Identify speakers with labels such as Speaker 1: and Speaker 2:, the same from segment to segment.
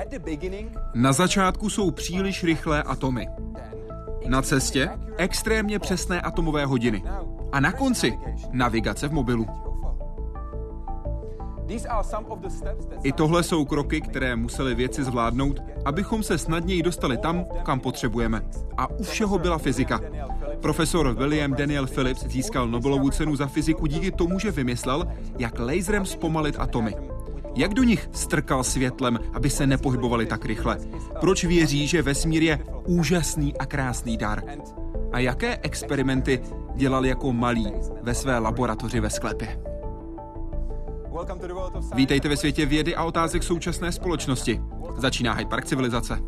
Speaker 1: Na začátku jsou příliš rychlé atomy. Na cestě extrémně přesné atomové hodiny. A na konci navigace v mobilu. I tohle jsou kroky, které museli vědci zvládnout, abychom se snadněji dostali tam, kam potřebujeme. A u všeho byla fyzika. Profesor William Daniel Phillips získal Nobelovu cenu za fyziku díky tomu, že vymyslel, jak laserem zpomalit atomy. Jak do nich strkal světlem, aby se nepohybovali tak rychle? Proč věří, že vesmír je úžasný a krásný dar? A jaké experimenty dělal jako malý ve své laboratoři ve sklepě? Vítejte ve světě vědy a otázek současné společnosti. Začíná Hyde Park civilizace.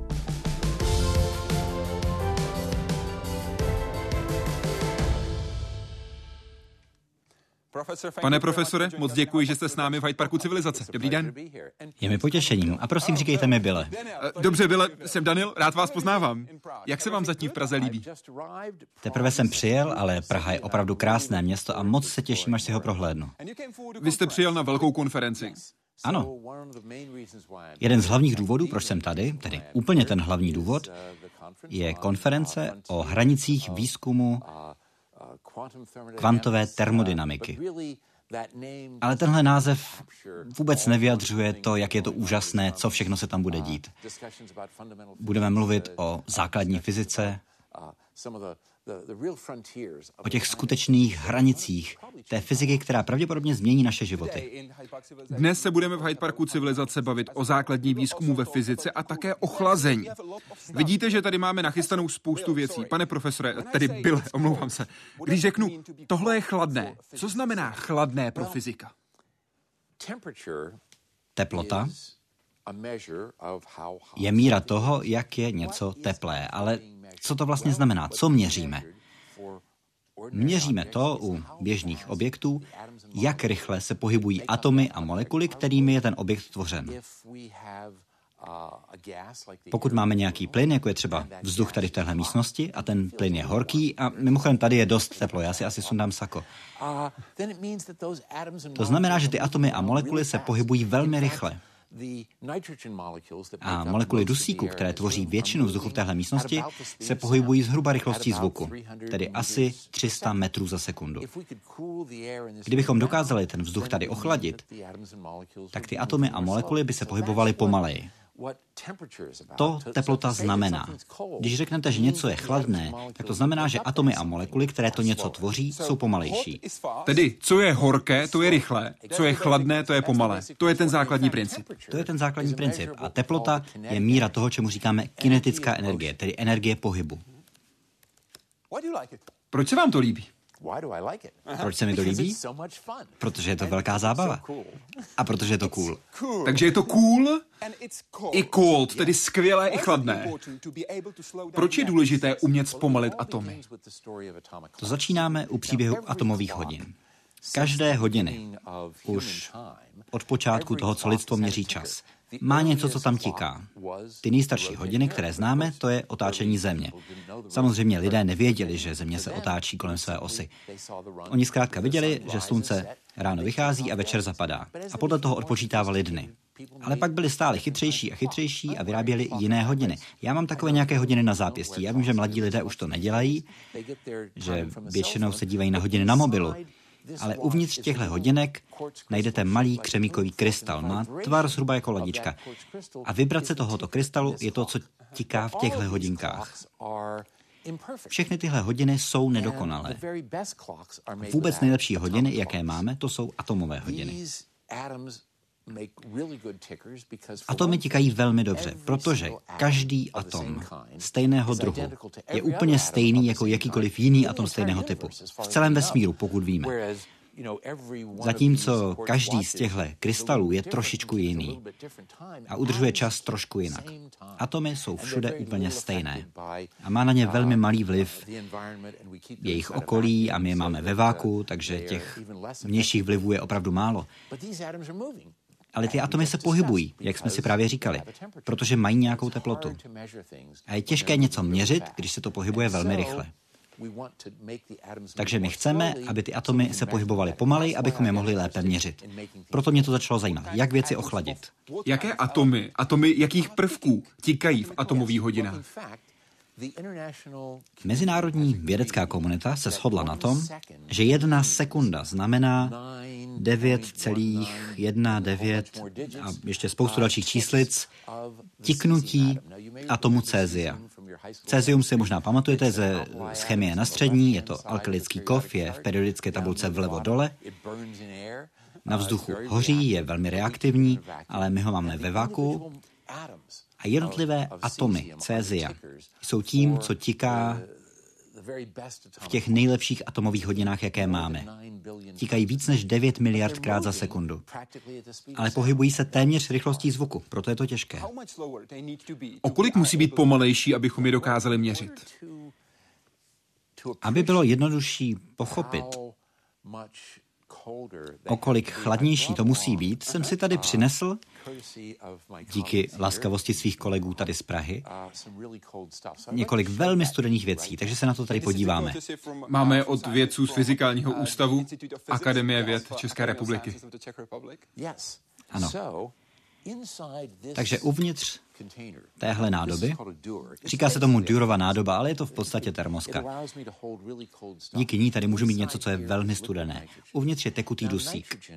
Speaker 1: Pane profesore, moc děkuji, že jste s námi v Hyde Parku civilizace. Dobrý den.
Speaker 2: Je mi potěšením. A prosím, říkejte mi Bille.
Speaker 1: Dobře, Bille, jsem Daniel, rád vás poznávám. Jak se vám zatím v Praze líbí?
Speaker 2: Teprve jsem přijel, ale Praha je opravdu krásné město a moc se těším, až si ho prohlédnu.
Speaker 1: Vy jste přijel na velkou konferenci.
Speaker 2: Ano. Jeden z hlavních důvodů, proč jsem tady, tedy úplně ten hlavní důvod, je konference o hranicích výzkumu kvantové termodynamiky. Ale tenhle název vůbec nevyjadřuje to, jak je to úžasné, co všechno se tam bude dít. Budeme mluvit o základní fyzice, o těch skutečných hranicích té fyziky, která pravděpodobně změní naše životy.
Speaker 1: Dnes se budeme v Hyde Parku civilizace bavit o základní výzkumu ve fyzice a také o chlazení. Vidíte, že tady máme nachystanou spoustu věcí. Pane profesore, tedy Bille, omlouvám se. Když řeknu, tohle je chladné, co znamená chladné pro fyzika?
Speaker 2: Teplota je míra toho, jak je něco teplé, ale co to vlastně znamená? Co měříme? Měříme to u běžných objektů, jak rychle se pohybují atomy a molekuly, kterými je ten objekt tvořen. Pokud máme nějaký plyn, jako je třeba vzduch tady v téhle místnosti, a ten plyn je horký, a mimochodem tady je dost teplo, já si asi sundám sako. To znamená, že ty atomy a molekuly se pohybují velmi rychle. A molekuly dusíku, které tvoří většinu vzduchu v téhle místnosti, se pohybují zhruba rychlostí zvuku, tedy asi 300 metrů za sekundu. Kdybychom dokázali ten vzduch tady ochladit, tak ty atomy a molekuly by se pohybovaly pomaleji. To teplota znamená. Když řeknete, že něco je chladné, tak to znamená, že atomy a molekuly, které to něco tvoří, jsou pomalejší.
Speaker 1: Tedy, co je horké, to je rychlé, co je chladné, to je pomalé. To je ten základní princip.
Speaker 2: To je ten základní princip. A teplota je míra toho, čemu říkáme kinetická energie, tedy energie pohybu.
Speaker 1: Proč se vám to líbí?
Speaker 2: Proč se mi to líbí? Protože je to velká zábava. A protože je to cool.
Speaker 1: Takže je to cool i cold, tedy skvělé i chladné. Proč je důležité umět zpomalit atomy?
Speaker 2: To začínáme u příběhu atomových hodin. Každé hodiny, už od počátku toho, co lidstvo měří čas, má něco, co tam tiká. Ty nejstarší hodiny, které známe, to je otáčení Země. Samozřejmě lidé nevěděli, že Země se otáčí kolem své osy. Oni zkrátka viděli, že slunce ráno vychází a večer zapadá. A podle toho odpočítávali dny. Ale pak byli stále chytřejší a chytřejší a vyráběli jiné hodiny. Já mám takové nějaké hodiny na zápěstí. Já vím, že mladí lidé už to nedělají, že většinou se dívají na hodiny na mobilu. Ale uvnitř těchto hodinek najdete malý křemíkový krystal. Má tvar zhruba jako lodička. A vibrace tohoto krystalu je to, co tiká v těchto hodinkách. Všechny tyhle hodiny jsou nedokonalé. Vůbec nejlepší hodiny, jaké máme, to jsou atomové hodiny. Atomy tikají velmi dobře, protože každý atom stejného druhu je úplně stejný jako jakýkoliv jiný atom stejného typu. V celém vesmíru, pokud víme. Zatímco každý z těchto krystalů je trošičku jiný a udržuje čas trošku jinak. Atomy jsou všude úplně stejné a má na ně velmi malý vliv jejich okolí a my je máme ve váku, takže těch vnějších vlivů je opravdu málo. Ale ty atomy se pohybují, jak jsme si právě říkali, protože mají nějakou teplotu. A je těžké něco měřit, když se to pohybuje velmi rychle. Takže my chceme, aby ty atomy se pohybovaly pomaleji, abychom je mohli lépe měřit. Proto mě to začalo zajímat, jak věci ochladit.
Speaker 1: Jaké atomy? Atomy jakých prvků tikají v atomových hodinách?
Speaker 2: Mezinárodní vědecká komunita se shodla na tom, že 1 sekunda znamená 9,19 a ještě spoustu dalších číslic tiknutí atomu cézia. Cézium si možná pamatujete z chemie na střední, je to alkylický kov, je v periodické tabulce vlevo dole. Na vzduchu hoří, je velmi reaktivní, ale my ho máme ve vakuu. A jednotlivé atomy cézia jsou tím, co tiká v těch nejlepších atomových hodinách, jaké máme. Tikají víc než 9 miliardkrát za sekundu. Ale pohybují se téměř rychlostí zvuku, proto je to těžké.
Speaker 1: O kolik musí být pomalejší, abychom je dokázali měřit?
Speaker 2: Aby bylo jednodušší pochopit, o kolik chladnější to musí být, jsem si tady přinesl, díky laskavosti svých kolegů tady z Prahy, několik velmi studených věcí, takže se na to tady podíváme.
Speaker 1: Máme od vědců z Fyzikálního ústavu Akademie věd České republiky.
Speaker 2: Ano. Takže uvnitř téhle nádoby, říká se tomu Dürrova nádoba, ale je to v podstatě termoska. Díky ní tady můžu mít něco, co je velmi studené. Uvnitř je tekutý dusík.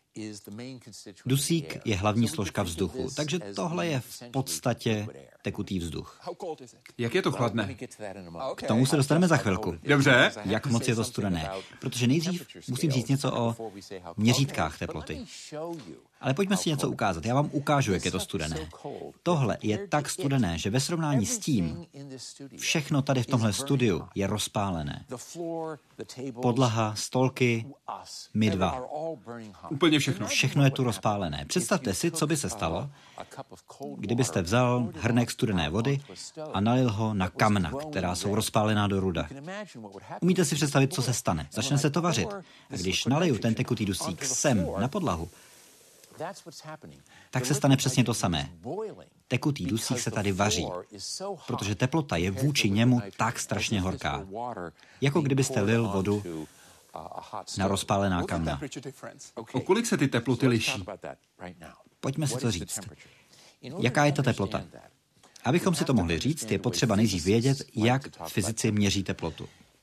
Speaker 2: Dusík je hlavní složka vzduchu, takže tohle je v podstatě tekutý vzduch.
Speaker 1: Jak je to chladné?
Speaker 2: K tomu se dostaneme za chvilku.
Speaker 1: Dobře.
Speaker 2: Jak moc je to studené? Protože nejdřív musím říct něco o měřítkách teploty. Ale pojďme si něco ukázat. Já vám ukážu, jak je to studené. Tohle je tak studené, že ve srovnání s tím všechno tady v tomhle studiu je rozpálené. Podlaha, stolky, my dva.
Speaker 1: Úplně všechno.
Speaker 2: Všechno je tu rozpálené. Představte si, co by se stalo, kdybyste vzal hrnek studené vody a nalil ho na kamna, která jsou rozpálená do ruda. Umíte si představit, co se stane? Začne se to vařit. A když naliju ten tekutý dusík sem na podlahu, tak se stane přesně to samé. Tekutý dusík se tady vaří, protože teplota je vůči němu tak strašně horká. Jako kdybyste lil vodu na rozpálená kamna.
Speaker 1: O kolik se ty teploty liší?
Speaker 2: Pojďme si to říct. Jaká je ta teplota? Abychom si to mohli říct, je potřeba nejdřív vědět, jak fyzici měří teplotu.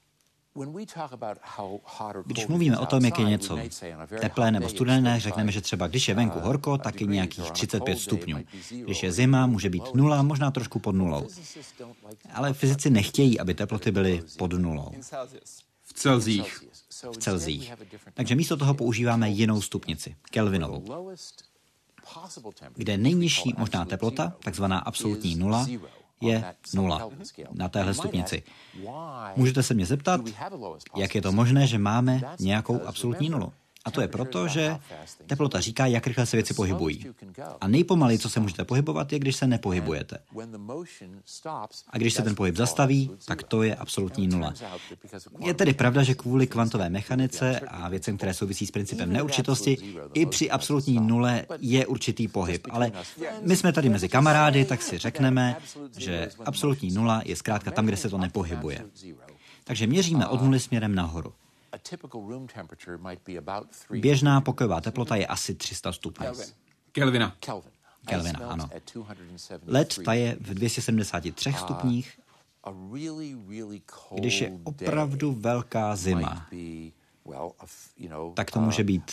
Speaker 2: Když mluvíme o tom, jak je něco teplé nebo studené, řekneme, že třeba když je venku horko, tak je nějakých 35 stupňů. Když je zima, může být 0, možná trošku pod 0. Ale fyzici nechtějí, aby teploty byly pod 0.
Speaker 1: V Celzích.
Speaker 2: V Celzích. Takže místo toho používáme jinou stupnici, kelvinovou, kde nejnižší možná teplota, takzvaná absolutní nula, je 0 na téhle stupnici. Můžete se mě zeptat, jak je to možné, že máme nějakou absolutní nulu. A to je proto, že teplota říká, jak rychle se věci pohybují. A nejpomaleji, co se můžete pohybovat, je, když se nepohybujete. A když se ten pohyb zastaví, tak to je absolutní nula. Je tedy pravda, že kvůli kvantové mechanice a věcem, které souvisí s principem neurčitosti, i při absolutní nule je určitý pohyb. Ale my jsme tady mezi kamarády, tak si řekneme, že absolutní nula je zkrátka tam, kde se to nepohybuje. Takže měříme od nuly směrem nahoru. Běžná pokojová teplota je asi 300 stupňů.
Speaker 1: Kelvina,
Speaker 2: ano. Led ta je v 273 stupních. Když je opravdu velká zima, tak to může být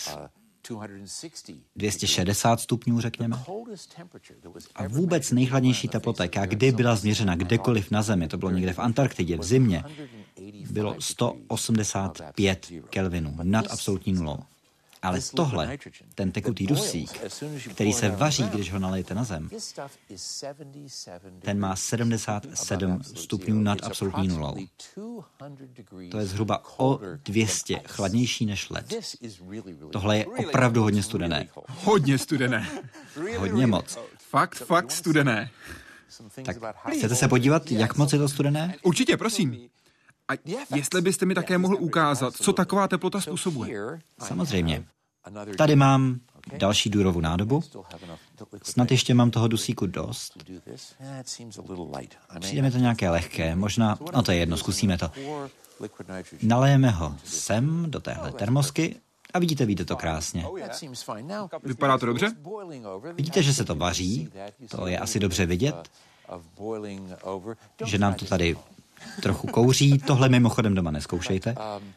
Speaker 2: 260 stupňů, řekněme. A vůbec nejchladnější teplota, jaká kdy byla změřena kdekoliv na Zemi, to bylo někde v Antarktidě, v zimě, bylo 185 kelvinů nad absolutní nulou. Ale tohle, ten tekutý dusík, který se vaří, když ho nalijete na zem, ten má 77 stupňů nad absolutní nulou. To je zhruba o 200 chladnější než led. Tohle je opravdu hodně studené.
Speaker 1: Hodně studené.
Speaker 2: Hodně moc.
Speaker 1: Fakt studené.
Speaker 2: Tak chcete se podívat, jak moc je to studené?
Speaker 1: Určitě, prosím. A jestli byste mi také mohl ukázat, co taková teplota způsobuje.
Speaker 2: Samozřejmě. Tady mám další důrovou nádobu. Snad ještě mám toho dusíku dost. Přijde mi to nějaké lehké, možná, no to je jedno, zkusíme to. Nalejeme ho sem, do téhle termosky a vidíte, víte to krásně.
Speaker 1: Vypadá to dobře?
Speaker 2: Vidíte, že se to vaří, to je asi dobře vidět, že nám to tady trochu kouří. Tohle mimochodem doma nezkoušejte.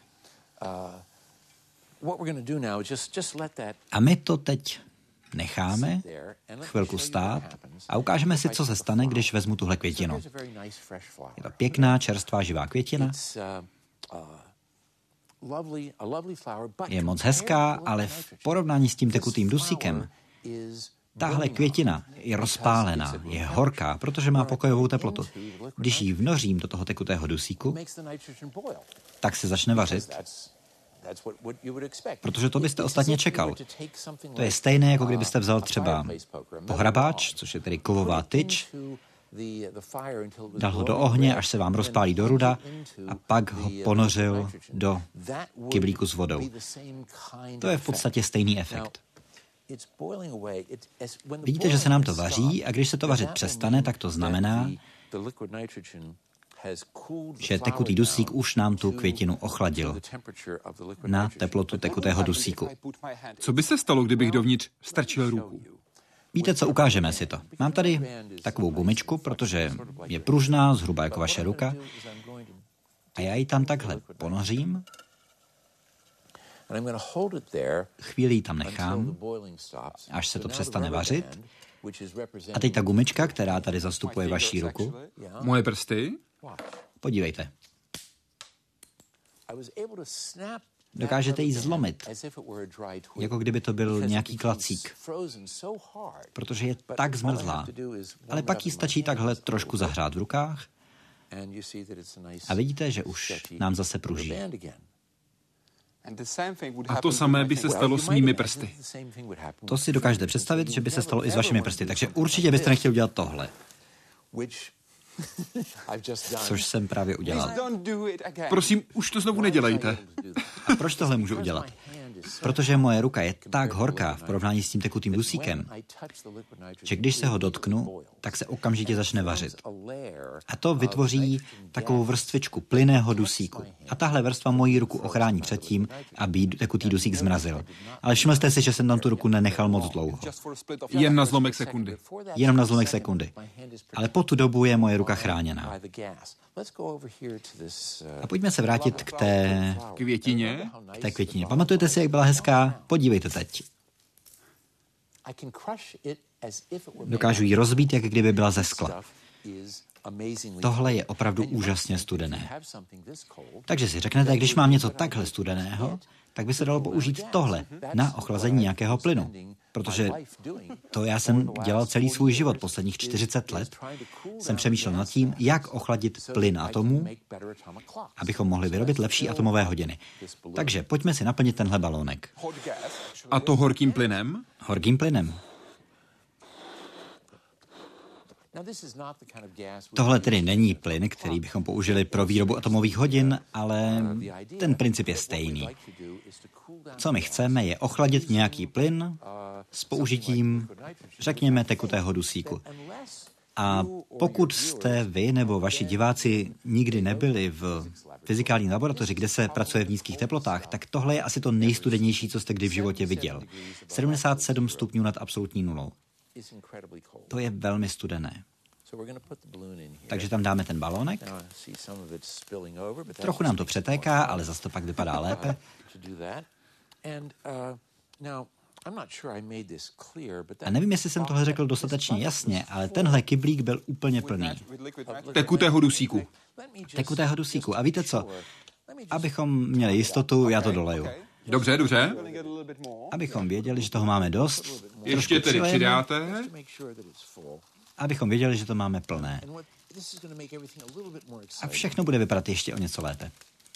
Speaker 2: A my to teď necháme chvilku stát a ukážeme si, co se stane, když vezmu tuhle květinu. Je to pěkná, čerstvá, živá květina. Je moc hezká, ale v porovnání s tím tekutým dusíkem tahle květina je rozpálená, je horká, protože má pokojovou teplotu. Když ji vnořím do toho tekutého dusíku, tak se začne vařit, protože to byste ostatně čekal. To je stejné, jako kdybyste vzal třeba pohrabáč, což je tedy kovová tyč, dal ho do ohně, až se vám rozpálí do ruda a pak ho ponořil do kyblíku s vodou. To je v podstatě stejný efekt. Vidíte, že se nám to vaří a když se to vařit přestane, tak to znamená, že tekutý dusík už nám tu květinu ochladil na teplotu tekutého dusíku.
Speaker 1: Co by se stalo, kdybych dovnitř strčil ruku?
Speaker 2: Víte co, ukážeme si to. Mám tady takovou gumičku, protože je pružná, zhruba jako vaše ruka. A já ji tam takhle ponořím. Chvíli ji tam nechám, až se to přestane vařit. A teď ta gumička, která tady zastupuje vaši ruku.
Speaker 1: Moje prsty?
Speaker 2: Podívejte. Dokážete ji zlomit, jako kdyby to byl nějaký klacík, protože je tak zmrzlá. Ale pak ji stačí takhle trošku zahřát v rukách a vidíte, že už nám zase pruží.
Speaker 1: A to samé by se stalo s mými prsty.
Speaker 2: To si dokážete představit, že by se stalo i s vašimi prsty, takže určitě byste nechtěli udělat tohle. Což jsem právě udělal.
Speaker 1: Prosím, už to znovu nedělejte.
Speaker 2: A proč tohle můžu udělat? Protože moje ruka je tak horká v porovnání s tím tekutým dusíkem, že když se ho dotknu, tak se okamžitě začne vařit. A to vytvoří takovou vrstvičku plynného dusíku. A tahle vrstva moji ruku ochrání před tím, aby tekutý dusík zmrazil. Ale všiml jste si, že jsem tam tu ruku nenechal moc dlouho.
Speaker 1: Jen na zlomek sekundy.
Speaker 2: Jenom na zlomek sekundy. Ale po tu dobu je moje ruka chráněná. A pojďme se vrátit k té
Speaker 1: květině.
Speaker 2: Pamatujete si, jak byla hezká? Podívejte teď. Dokážu ji rozbít, jak kdyby byla ze skla. Tohle je opravdu úžasně studené. Takže si řeknete, když mám něco takhle studeného, tak by se dalo použít tohle na ochlazení nějakého plynu. Protože to já jsem dělal celý svůj život, posledních 40 let. Jsem přemýšlel nad tím, jak ochladit plyn atomů, abychom mohli vyrobit lepší atomové hodiny. Takže pojďme si naplnit tenhle balónek.
Speaker 1: A to horkým plynem?
Speaker 2: Horkým plynem. Tohle tedy není plyn, který bychom použili pro výrobu atomových hodin, ale ten princip je stejný. Co my chceme, je ochladit nějaký plyn s použitím, řekněme, tekutého dusíku. A pokud jste vy nebo vaši diváci nikdy nebyli v fyzikální laboratoři, kde se pracuje v nízkých teplotách, tak tohle je asi to nejstudenější, co jste kdy v životě viděl. 77 stupňů nad absolutní nulou. To je velmi studené. Takže tam dáme ten balónek. Trochu nám to přetéká, ale zase to pak vypadá lépe. A nevím, jestli jsem tohle řekl dostatečně jasně, ale tenhle kyblík byl úplně plný.
Speaker 1: Tekutého dusíku.
Speaker 2: Tekutého dusíku. A víte co? Abychom měli jistotu, já to doleju.
Speaker 1: Dobře, dobře.
Speaker 2: Abychom věděli, že toho máme dost.
Speaker 1: Ještě tedy přidáte.
Speaker 2: Abychom věděli, že to máme plné. A všechno bude vypadat ještě o něco lépe.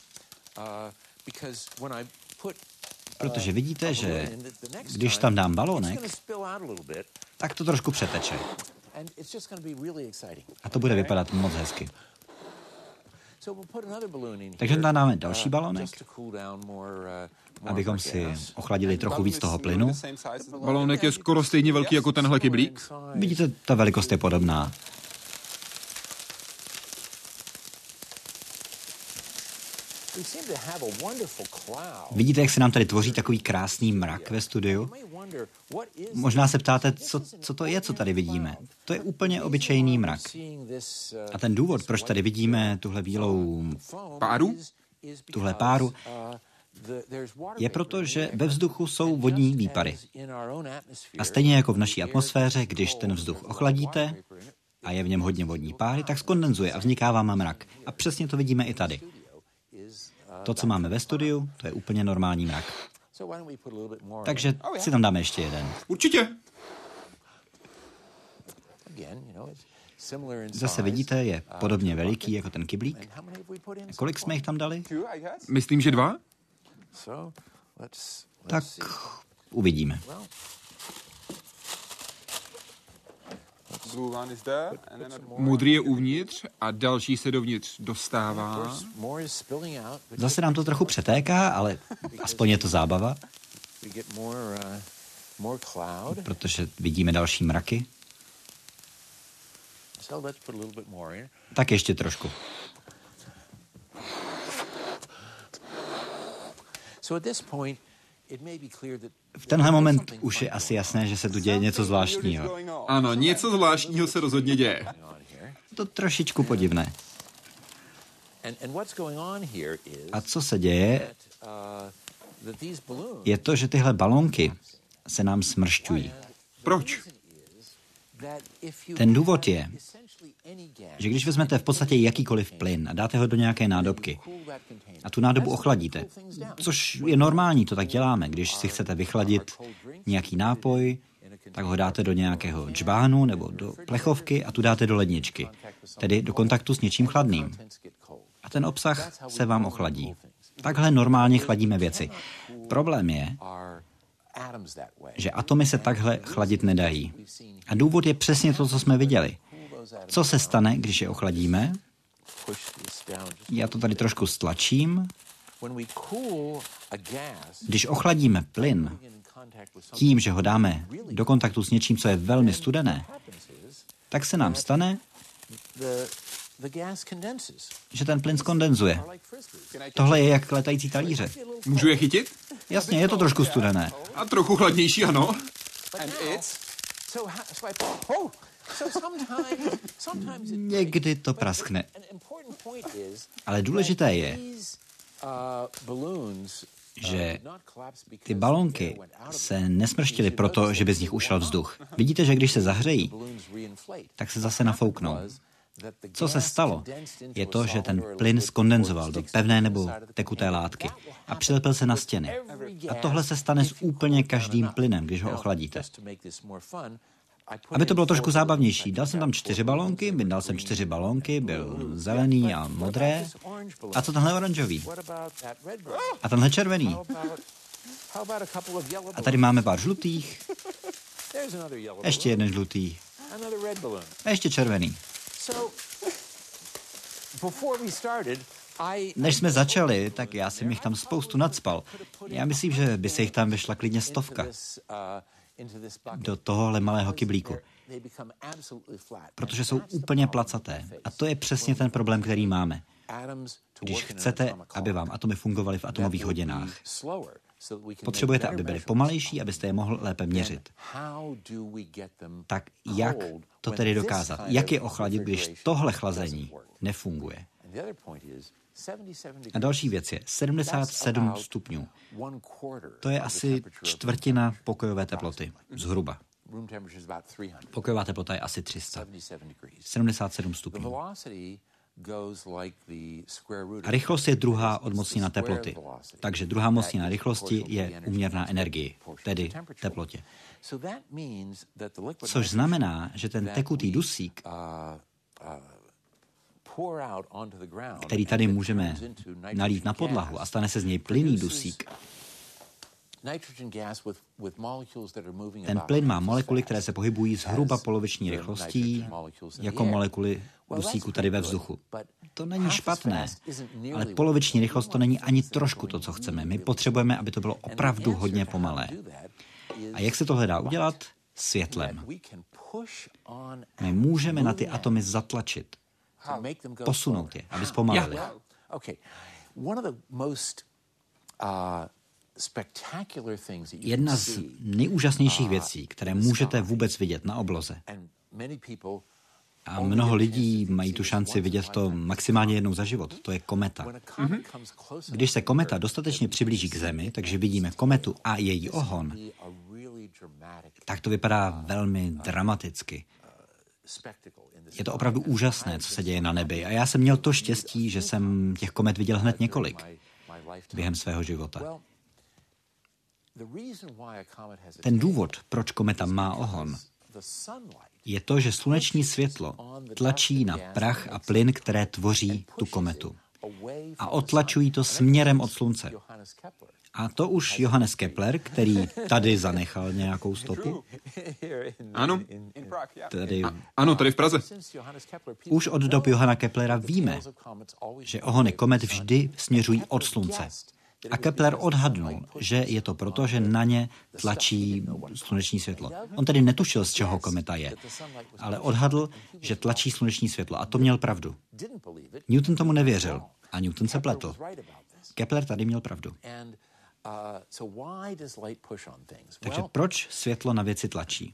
Speaker 2: Protože vidíte, že když tam dám balónek, tak to trošku přeteče. A to bude vypadat moc hezky. Takže tam dáme další balonek, abychom si ochladili trochu víc toho plynu.
Speaker 1: Balónek je skoro stejně velký jako tenhle kyblík.
Speaker 2: Vidíte, ta velikost je podobná. Vidíte, jak se nám tady tvoří takový krásný mrak ve studiu? Možná se ptáte, co to je, co tady vidíme. To je úplně obyčejný mrak. A ten důvod, proč tady vidíme tuhle bílou páru, je proto, že ve vzduchu jsou vodní výpary. A stejně jako v naší atmosféře, když ten vzduch ochladíte a je v něm hodně vodní páry, tak skondenzuje a vzniká vám mrak. A přesně to vidíme i tady. To, co máme ve studiu, to je úplně normální mrak. Takže si tam dáme ještě jeden.
Speaker 1: Určitě.
Speaker 2: Zase vidíte, je podobně veliký jako ten kyblík. Kolik jsme jich tam dali?
Speaker 1: Myslím, že 2.
Speaker 2: Tak uvidíme.
Speaker 1: Modrý je uvnitř a další se dovnitř dostává.
Speaker 2: Zase nám to trochu přetéká, ale aspoň je to zábava. Protože vidíme další mraky. Tak ještě trošku. V tenhle moment už je asi jasné, že se tu děje něco zvláštního.
Speaker 1: Ano, něco zvláštního se rozhodně děje.
Speaker 2: To trošičku podivné. A co se děje, je to, že tyhle balónky se nám smršťují.
Speaker 1: Proč?
Speaker 2: Ten důvod je, že když vezmete v podstatě jakýkoliv plyn a dáte ho do nějaké nádobky a tu nádobu ochladíte, což je normální, to tak děláme, když si chcete vychladit nějaký nápoj, tak ho dáte do nějakého džbánu nebo do plechovky a tu dáte do ledničky, tedy do kontaktu s něčím chladným. A ten obsah se vám ochladí. Takhle normálně chladíme věci. Problém je, že atomy se takhle chladit nedají. A důvod je přesně to, co jsme viděli. Co se stane, když je ochladíme? Já to tady trošku stlačím. Když ochladíme plyn tím, že ho dáme do kontaktu s něčím, co je velmi studené, tak se nám stane, že ten plyn skondenzuje. Tohle je jak letající talíře.
Speaker 1: Můžu je chytit?
Speaker 2: Jasně, je to trošku studené.
Speaker 1: A trochu chladnější, ano.
Speaker 2: Někdy to praskne. Ale důležité je, že ty balónky se nesmrštily proto, že by z nich ušel vzduch. Vidíte, že když se zahřejí, tak se zase nafouknou. Co se stalo, je to, že ten plyn skondenzoval do pevné nebo tekuté látky a přilepil se na stěny. A tohle se stane s úplně každým plynem, když ho ochladíte. Aby to bylo trošku zábavnější, dal jsem tam 4 balónky, vyndal jsem 4 balónky, byl zelený a modré. A co tenhle oranžový? A tenhle červený? A tady máme pár žlutých. Ještě jeden žlutý. A ještě červený. Než jsme začali, tak já jsem jich tam spoustu nacpal. Já myslím, že by se jich tam vešla klidně 100 do tohohle malého kyblíku. Protože jsou úplně placaté. A to je přesně ten problém, který máme. Když chcete, aby vám atomy fungovaly v atomových hodinách, potřebujete, aby byly pomalejší, abyste je mohl lépe měřit. Tak jak to tedy dokázat? Jak je ochladit, když tohle chlazení nefunguje? A další věc je 77 stupňů. To je asi čtvrtina pokojové teploty, zhruba. Pokojová teplota je asi 300. 77 stupňů. A rychlost je druhá od mocnina teploty. Takže druhá mocnina rychlosti je úměrná energii, tedy teplotě. Což znamená, že ten tekutý dusík, který tady můžeme nalít na podlahu a stane se z něj plynný dusík, Ten plyn má molekuly, které se pohybují zhruba poloviční rychlostí, jako molekuly dusíku tady ve vzduchu. To není špatné, ale poloviční rychlost to není ani trošku to, co chceme. My potřebujeme, aby to bylo opravdu hodně pomalé. A jak se tohle dá udělat? Světlem. My můžeme na ty atomy zatlačit, posunout je, aby zpomalili. Jedna z nejúžasnějších věcí, které můžete vůbec vidět na obloze, a mnoho lidí mají tu šanci vidět to maximálně jednou za život, to je kometa. Když se kometa dostatečně přiblíží k Zemi, takže vidíme kometu a její ohon, tak to vypadá velmi dramaticky. Je to opravdu úžasné, co se děje na nebi. A já jsem měl to štěstí, že jsem těch komet viděl hned několik během svého života. Ten důvod, proč kometa má ohon, je to, že sluneční světlo tlačí na prach a plyn, které tvoří tu kometu. A otlačují to směrem od slunce. A to už Johannes Kepler, který tady zanechal nějakou stopu.
Speaker 1: Ano. Tady v Praze.
Speaker 2: Už od dob Johana Keplera víme, že ohony komet vždy směřují od slunce. A Kepler odhadnul, že je to proto, že na ně tlačí sluneční světlo. On tedy netušil, z čeho kometa je, ale odhadl, že tlačí sluneční světlo. A to měl pravdu. Newton tomu nevěřil a Newton se pletl. Kepler tady měl pravdu. Takže proč světlo na věci tlačí?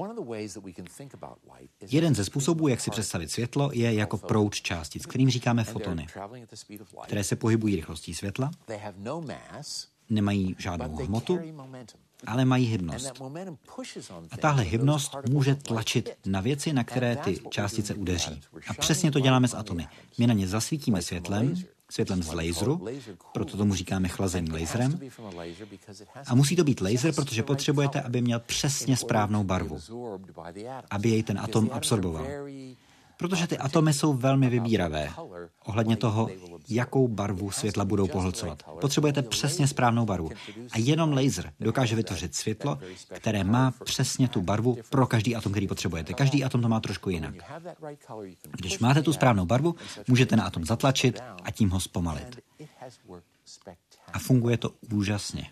Speaker 2: Jeden ze způsobů, jak si představit světlo, je jako proud částic, kterým říkáme fotony, které se pohybují rychlostí světla, nemají žádnou hmotu, ale mají hybnost. A tahle hybnost může tlačit na věci, na které ty částice udeří. A přesně to děláme s atomy. My na ně zasvítíme světlem z laseru, proto tomu říkáme chlazení laserem. A musí to být laser, protože potřebujete, aby měl přesně správnou barvu, aby jej ten atom absorboval. Protože ty atomy jsou velmi vybíravé ohledně toho, jakou barvu světla budou pohlcovat. Potřebujete přesně správnou barvu. A jenom laser dokáže vytvořit světlo, které má přesně tu barvu pro každý atom, který potřebujete. Každý atom to má trošku jinak. Když máte tu správnou barvu, můžete na atom zatlačit a tím ho zpomalit. A funguje to úžasně.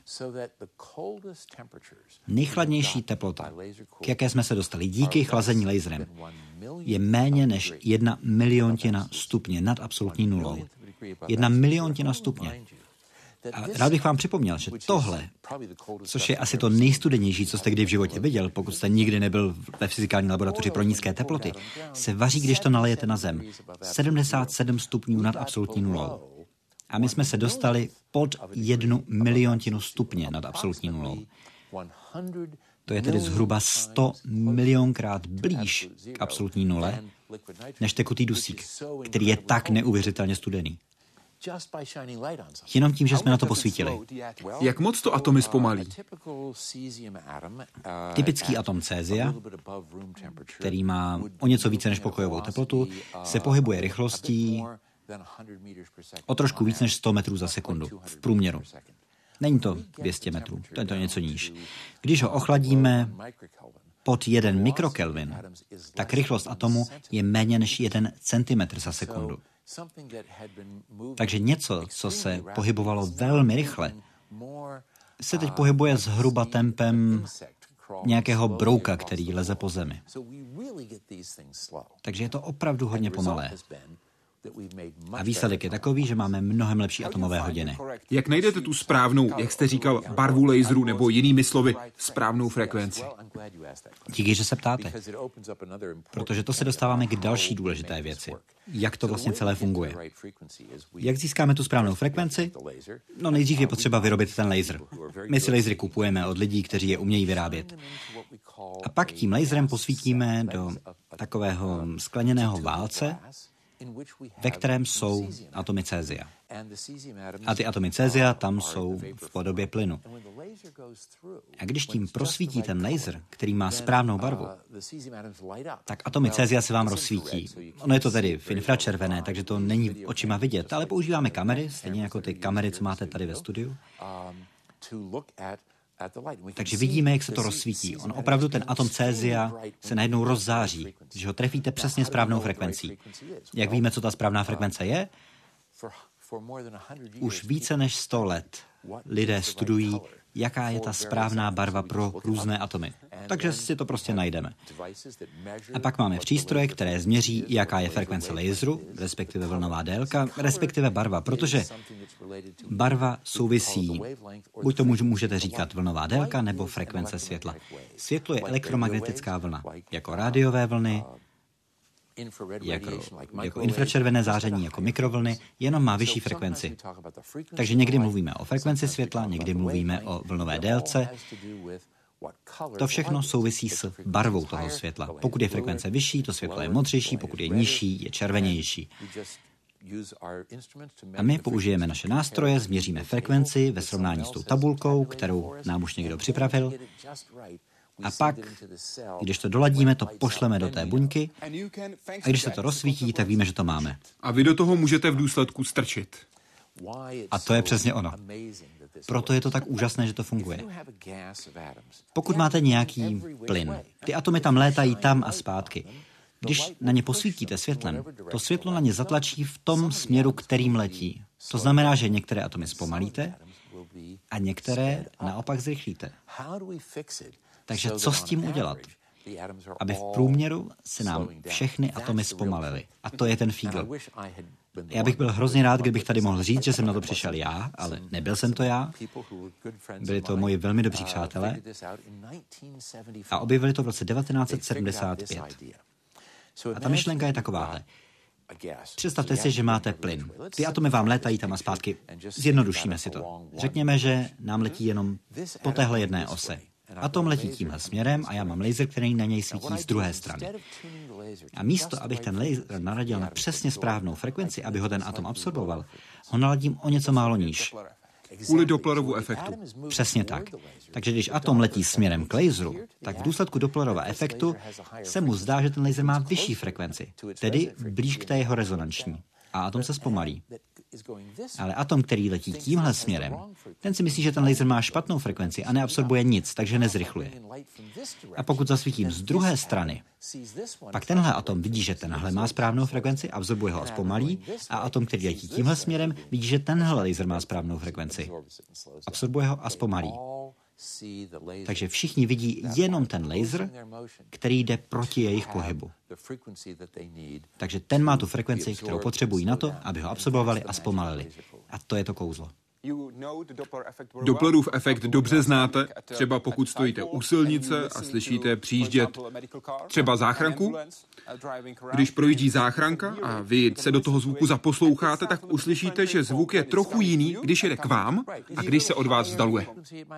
Speaker 2: Nejchladnější teplota, k jaké jsme se dostali díky chlazení laserem, je méně než 1 miliontina stupně nad absolutní nulou. 1 miliontina stupně. A rád bych vám připomněl, že tohle, což je asi to nejstudenější, co jste kdy v životě viděl, pokud jste nikdy nebyl ve fyzikální laboratoři pro nízké teploty, se vaří, když to nalejete na zem. 77 stupňů nad absolutní nulou. A my jsme se dostali pod 1 miliontinu stupně nad absolutní nulou. To je tedy zhruba 100 milionkrát blíž k absolutní nule, než tekutý dusík, který je tak neuvěřitelně studený. Jenom tím, že jsme na to posvítili.
Speaker 1: Jak moc to atomy zpomalí?
Speaker 2: Typický atom cézia, který má o něco více než pokojovou teplotu, se pohybuje rychlostí o trošku víc než 100 metrů za sekundu v průměru. Není to 200 metrů, to je to něco níž. Když ho ochladíme pod 1 mikrokelvin, tak rychlost atomu je méně než 1 centimetr za sekundu. Takže něco, co se pohybovalo velmi rychle, se teď pohybuje zhruba tempem nějakého brouka, který leze po zemi. Takže je to opravdu hodně pomalé. A výsledek je takový, že máme mnohem lepší atomové hodiny.
Speaker 1: Jak najdete tu správnou, jak jste říkal, barvu laseru nebo jinými slovy, správnou frekvenci?
Speaker 2: Díky, že se ptáte. Protože to se dostáváme k další důležité věci. Jak to vlastně celé funguje. Jak získáme tu správnou frekvenci? No nejdřív je potřeba vyrobit ten laser. My si lasery kupujeme od lidí, kteří je umějí vyrábět. A pak tím laserem posvítíme do takového skleněného válce, ve kterém jsou atomy cézia. A ty atomy cézia tam jsou v podobě plynu. A když tím prosvítí ten laser, který má správnou barvu, tak atomy cézia se vám rozsvítí. Ono je to tedy v infračervené, takže to není očima vidět, ale používáme kamery, stejně jako ty kamery, co máte tady ve studiu. Takže vidíme, jak se to rozsvítí. On opravdu, ten atom cézia, se najednou rozzáří, když ho trefíte přesně správnou frekvencí. Jak víme, co ta správná frekvence je? Už více než 100 let lidé studují, jaká je ta správná barva pro různé atomy. Takže si to prostě najdeme. A pak máme přístroje, které změří, jaká je frekvence laseru, respektive vlnová délka, respektive barva, protože barva souvisí, buď to můžete říkat vlnová délka, nebo frekvence světla. Světlo je elektromagnetická vlna, jako rádiové vlny, jako infračervené záření, jako mikrovlny, jenom má vyšší frekvenci. Takže někdy mluvíme o frekvenci světla, někdy mluvíme o vlnové délce. To všechno souvisí s barvou toho světla. Pokud je frekvence vyšší, to světlo je modřejší, pokud je nižší, je červenější. A my použijeme naše nástroje, změříme frekvenci ve srovnání s tou tabulkou, kterou nám už někdo připravil. A pak, když to doladíme, to pošleme do té buňky a když se to rozsvítí, tak víme, že to máme.
Speaker 1: A vy do toho můžete v důsledku strčit.
Speaker 2: A to je přesně ono. Proto je to tak úžasné, že to funguje. Pokud máte nějaký plyn, ty atomy tam létají tam a zpátky. Když na ně posvítíte světlem, to světlo na ně zatlačí v tom směru, kterým letí. To znamená, že některé atomy zpomalíte a některé naopak zrychlíte. Takže co s tím udělat? Aby v průměru se nám všechny atomy zpomalily. A to je ten fígl. Já bych byl hrozně rád, kdybych tady mohl říct, že jsem na to přišel já, ale nebyl jsem to já. Byli to moji velmi dobří přátelé a objevili to v roce 1975. A ta myšlenka je takováhle. Představte si, že máte plyn. Ty atomy vám létají tam a zpátky. Zjednodušíme si to. Řekněme, že nám letí jenom po téhle jedné ose. Atom letí tímhle směrem a já mám laser, který na něj svítí z druhé strany. A místo, abych ten laser naradil na přesně správnou frekvenci, aby ho ten atom absorboval, ho naladím o něco málo níž.
Speaker 1: Kvůli Dopplerovu efektu.
Speaker 2: Přesně tak. Takže když atom letí směrem k laseru, tak v důsledku Dopplerova efektu se mu zdá, že ten laser má vyšší frekvenci, tedy blíž k té jeho rezonanční. A atom se zpomalí. Ale atom, který letí tímhle směrem, ten si myslí, že ten laser má špatnou frekvenci a neabsorbuje nic, takže nezrychluje. A pokud zasvítím z druhé strany, pak tenhle atom vidí, že tenhle má správnou frekvenci, absorbuje ho a zpomalí, a atom, který letí tímhle směrem, vidí, že tenhle laser má správnou frekvenci. Absorbuje ho a zpomalí. Takže všichni vidí jenom ten laser, který jde proti jejich pohybu. Takže ten má tu frekvenci, kterou potřebují na to, aby ho absorbovali a zpomalili. A to je to kouzlo.
Speaker 1: Dopplerův efekt dobře znáte, třeba pokud stojíte u silnice a slyšíte přijíždět třeba záchranku. Když projíždí záchranka a vy se do toho zvuku zaposloucháte, tak uslyšíte, že zvuk je trochu jiný, když jede k vám a když se od vás vzdaluje.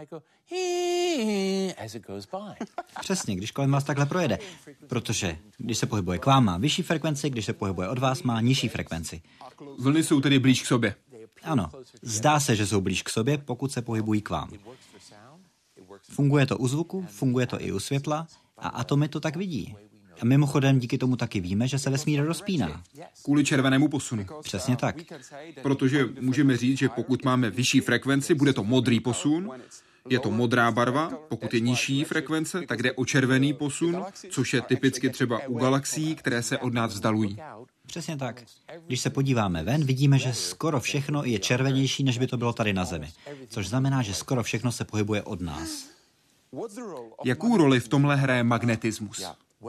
Speaker 2: Přesně, když kolem vás takhle projede. Protože když se pohybuje k vám, má vyšší frekvenci, když se pohybuje od vás, má nižší frekvenci.
Speaker 1: Vlny jsou tedy blíž k sobě.
Speaker 2: Ano, zdá se, že jsou blíž k sobě, pokud se pohybují k vám. Funguje to u zvuku, funguje to i u světla a atomy to tak vidí. A mimochodem díky tomu taky víme, že se vesmír rozpíná.
Speaker 1: Kvůli červenému posunu.
Speaker 2: Přesně tak.
Speaker 1: Protože můžeme říct, že pokud máme vyšší frekvenci, bude to modrý posun, je to modrá barva, pokud je nižší frekvence, tak jde o červený posun, což je typicky třeba u galaxií, které se od nás vzdalují.
Speaker 2: Přesně tak. Když se podíváme ven, vidíme, že skoro všechno je červenější, než by to bylo tady na Zemi. Což znamená, že skoro všechno se pohybuje od nás.
Speaker 1: Jakou roli v tomhle hraje magnetismus?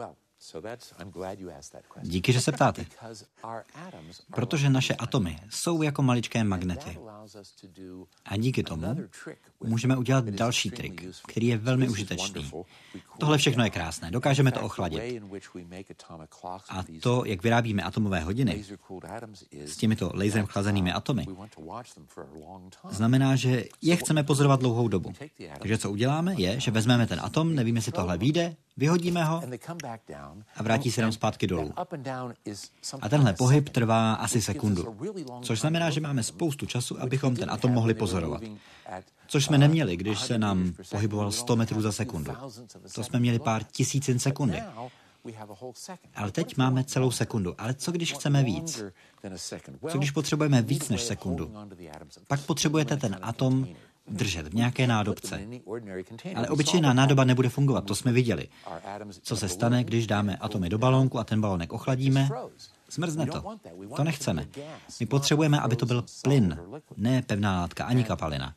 Speaker 2: Díky, že se ptáte. Protože naše atomy jsou jako maličké magnety. A díky tomu můžeme udělat další trik, který je velmi užitečný. Tohle všechno je krásné, dokážeme to ochladit. A to, jak vyrábíme atomové hodiny s těmito laserem chlazenými atomy, znamená, že je chceme pozorovat dlouhou dobu. Takže co uděláme, je, že vezmeme ten atom, nevíme, jestli tohle vyjde, vyhodíme ho a vrátí se nám zpátky dolů. A tenhle pohyb trvá asi sekundu. Což znamená, že máme spoustu času, abychom ten atom mohli pozorovat. Což jsme neměli, když se nám pohyboval 100 metrů za sekundu. To jsme měli pár tisícin sekundy. Ale teď máme celou sekundu. Ale co když chceme víc? Co když potřebujeme víc než sekundu? Pak potřebujete ten atom držet v nějaké nádobce. Ale obyčejná nádoba nebude fungovat, to jsme viděli. Co se stane, když dáme atomy do balónku a ten balónek ochladíme? Zmrzne to. To nechceme. My potřebujeme, aby to byl plyn, ne pevná látka ani kapalina.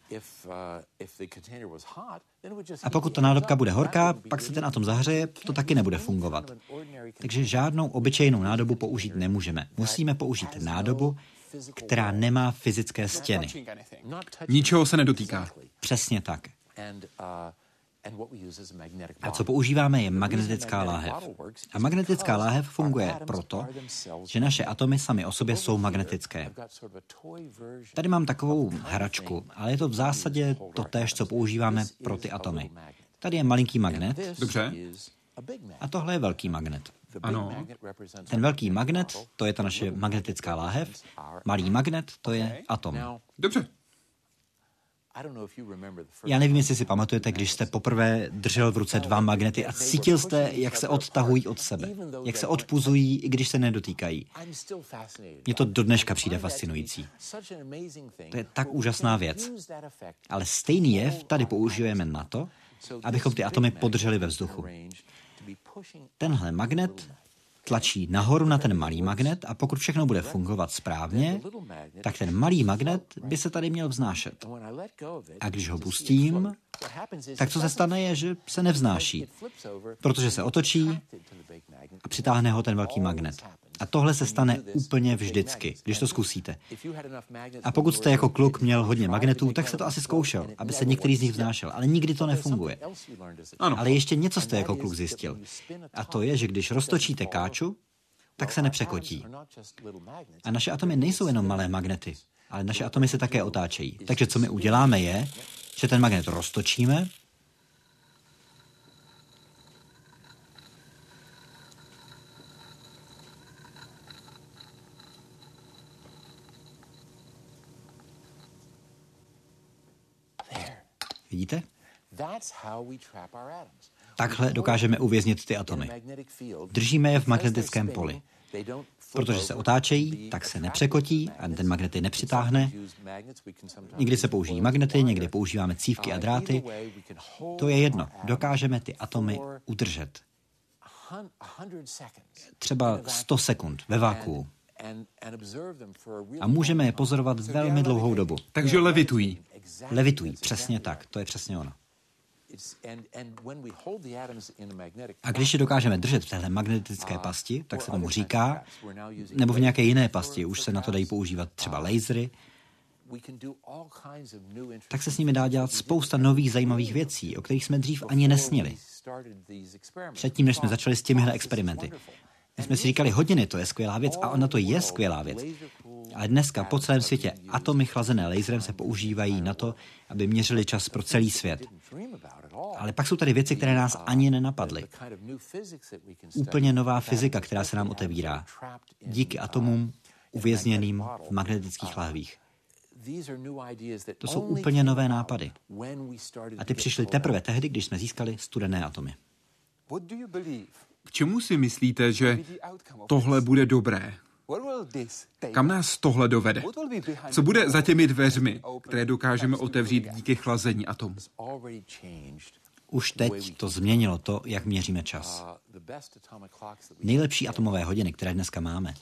Speaker 2: A pokud ta nádobka bude horká, pak se ten atom zahřeje, to taky nebude fungovat. Takže žádnou obyčejnou nádobu použít nemůžeme. Musíme použít nádobu, která nemá fyzické stěny.
Speaker 1: Ničeho se nedotýká.
Speaker 2: Přesně tak. A co používáme, je magnetická láhev. A magnetická láhev funguje proto, že naše atomy samy o sobě jsou magnetické. Tady mám takovou hračku, ale je to v zásadě totéž, co používáme pro ty atomy. Tady je malinký magnet.
Speaker 1: Dobře.
Speaker 2: A tohle je velký magnet.
Speaker 1: Ano.
Speaker 2: Ten velký magnet, to je ta naše magnetická láhev. Malý magnet, to je atom.
Speaker 1: Dobře.
Speaker 2: Já nevím, jestli si pamatujete, když jste poprvé držel v ruce dva magnety a cítil jste, jak se odtahují od sebe, jak se odpuzují, i když se nedotýkají. Mně to do dneška přijde fascinující. To je tak úžasná věc. Ale stejný jev tady použijeme na to, abychom ty atomy podrželi ve vzduchu. Tenhle magnet tlačí nahoru na ten malý magnet a pokud všechno bude fungovat správně, tak ten malý magnet by se tady měl vznášet. A když ho pustím, tak co se stane je, že se nevznáší, protože se otočí a přitáhne ho ten velký magnet. A tohle se stane úplně vždycky, když to zkusíte. A pokud jste jako kluk měl hodně magnetů, tak jste to asi zkoušel, aby se některý z nich vznášel, ale nikdy to nefunguje.
Speaker 1: Ano.
Speaker 2: Ale ještě něco jste jako kluk zjistil. A to je, že když roztočíte káču, tak se nepřekotí. A naše atomy nejsou jenom malé magnety, ale naše atomy se také otáčejí. Takže co my uděláme je, že ten magnet roztočíme vidíte? Takhle dokážeme uvěznit ty atomy. Držíme je v magnetickém poli. Protože se otáčejí, tak se nepřekotí a ten magnet je nepřitáhne. Někdy se použijí magnety, někdy používáme cívky a dráty. To je jedno. Dokážeme ty atomy udržet. Třeba 100 sekund ve vakuu. A můžeme je pozorovat velmi dlouhou dobu.
Speaker 1: Takže levitují.
Speaker 2: Levitují, přesně tak. To je přesně ono. A když je dokážeme držet v téhle magnetické pasti, tak se tomu říká, nebo v nějaké jiné pasti, už se na to dají používat třeba lasery, tak se s nimi dá dělat spousta nových zajímavých věcí, o kterých jsme dřív ani nesnili. Předtím, než jsme začali s těmihle experimenty. My jsme si říkali, hodiny, to je skvělá věc a ona to je skvělá věc. Ale dneska po celém světě atomy chlazené laserem se používají na to, aby měřili čas pro celý svět. Ale pak jsou tady věci, které nás ani nenapadly. Úplně nová fyzika, která se nám otevírá. Díky atomům uvězněným v magnetických lahvích. To jsou úplně nové nápady. A ty přišly teprve tehdy, když jsme získali studené atomy.
Speaker 1: K čemu si myslíte, že tohle bude dobré? Kam nás tohle dovede? Co bude za těmi dveřmi, které dokážeme otevřít díky chlazení atomů?
Speaker 2: Už teď to změnilo to, jak měříme čas. Nejlepší atomové hodiny, které dneska máme,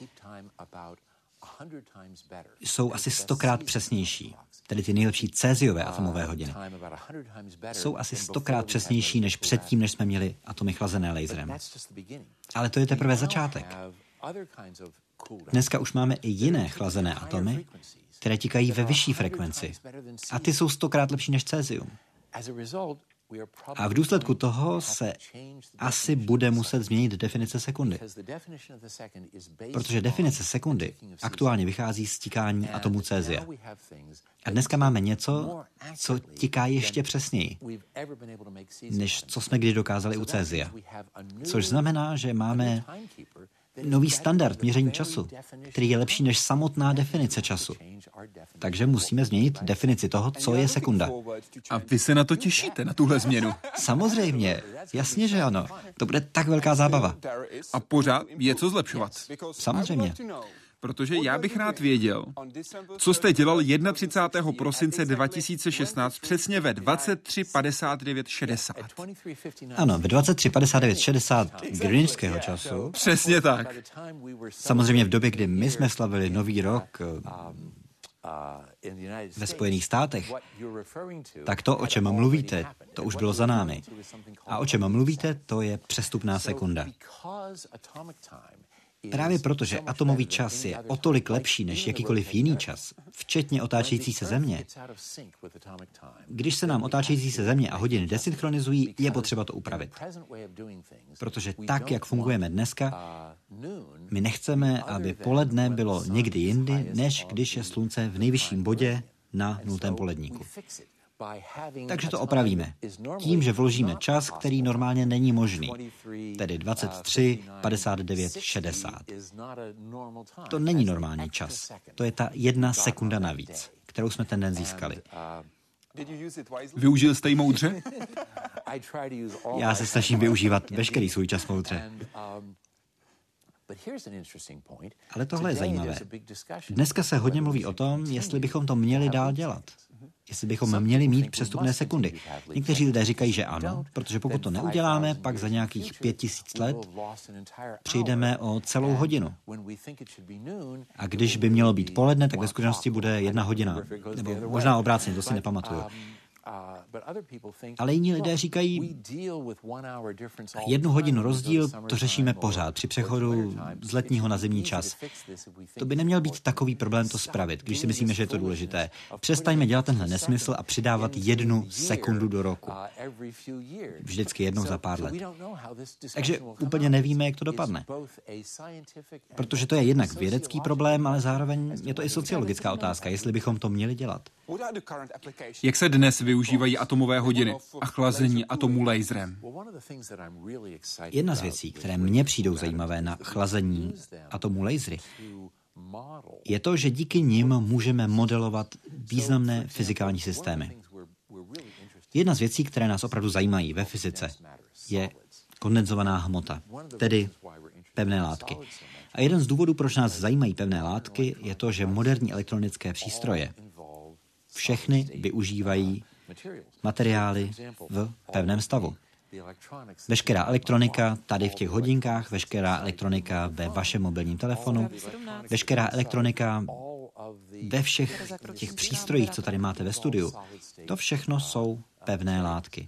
Speaker 2: jsou asi 100krát přesnější. Tedy ty nejlepší céziové atomové hodiny. Jsou asi 100krát přesnější než předtím, než jsme měli atomy chlazené laserem. Ale to je teprve začátek. Dneska už máme i jiné chlazené atomy, které tikají ve vyšší frekvenci. A ty jsou 100krát lepší než cézium. A v důsledku toho se asi bude muset změnit definice sekundy. Protože definice sekundy aktuálně vychází z tikání atomů cézia. A dneska máme něco, co tiká ještě přesněji, než co jsme kdy dokázali u cézia. Což znamená, že máme nový standard měření času, který je lepší než samotná definice času. Takže musíme změnit definici toho, co je sekunda.
Speaker 1: A vy se na to těšíte, na tuhle změnu?
Speaker 2: Samozřejmě, jasně, že ano. To bude tak velká zábava.
Speaker 1: A pořád je co zlepšovat.
Speaker 2: Samozřejmě.
Speaker 1: Protože já bych rád věděl, co jste dělal 31. prosince 2016 přesně ve 23:59:60.
Speaker 2: Ano, ve 23:59:60 greenwichského času.
Speaker 1: Přesně tak.
Speaker 2: Samozřejmě v době, kdy my jsme slavili Nový rok ve Spojených státech, tak to, o čem mluvíte, to už bylo za námi. A o čem mluvíte, to je přestupná sekunda. Právě proto, že atomový čas je o tolik lepší než jakýkoliv jiný čas, včetně otáčející se Země, když se nám otáčející se Země a hodiny desynchronizují, je potřeba to upravit. Protože tak, jak fungujeme dneska, my nechceme, aby poledne bylo někdy jindy, než když je slunce v nejvyšším bodě na 0. poledníku. Takže to opravíme. Tím, že vložíme čas, který normálně není možný, tedy 23:59:60. To není normální čas. To je ta 1 sekunda navíc, kterou jsme ten den získali.
Speaker 1: Využil jste ji moudře?
Speaker 2: Já se snažím využívat veškerý svůj čas moudře. Ale tohle je zajímavé. Dneska se hodně mluví o tom, jestli bychom to měli dál dělat. Jestli bychom měli mít přestupné sekundy. Někteří lidé říkají, že ano, protože pokud to neuděláme, pak za nějakých 5000 let přijdeme o celou hodinu. A když by mělo být poledne, tak ve skutečnosti bude 1 hodina. Nebo možná obráceně, to si nepamatuju. Ale jiní lidé říkají, 1 hodinu rozdíl, to řešíme pořád při přechodu z letního na zimní čas. To by neměl být takový problém to spravit, když si myslíme, že je to důležité. Přestaňme dělat tenhle nesmysl a přidávat 1 sekundu do roku. Vždycky jednou za pár let. Takže úplně nevíme, jak to dopadne. Protože to je jednak vědecký problém, ale zároveň je to i sociologická otázka, jestli bychom to měli dělat.
Speaker 1: Jak se dnes využívají atomové hodiny a chlazení atomů laserem?
Speaker 2: Jedna z věcí, které mně přijdou zajímavé na chlazení atomů lasery, je to, že díky nim můžeme modelovat významné fyzikální systémy. Jedna z věcí, které nás opravdu zajímají ve fyzice, je kondenzovaná hmota, tedy pevné látky. A jeden z důvodů, proč nás zajímají pevné látky, je to, že moderní elektronické přístroje všechny využívají materiály v pevném stavu. Veškerá elektronika tady v těch hodinkách, veškerá elektronika ve vašem mobilním telefonu, veškerá elektronika ve všech těch přístrojích, co tady máte ve studiu, to všechno jsou pevné látky.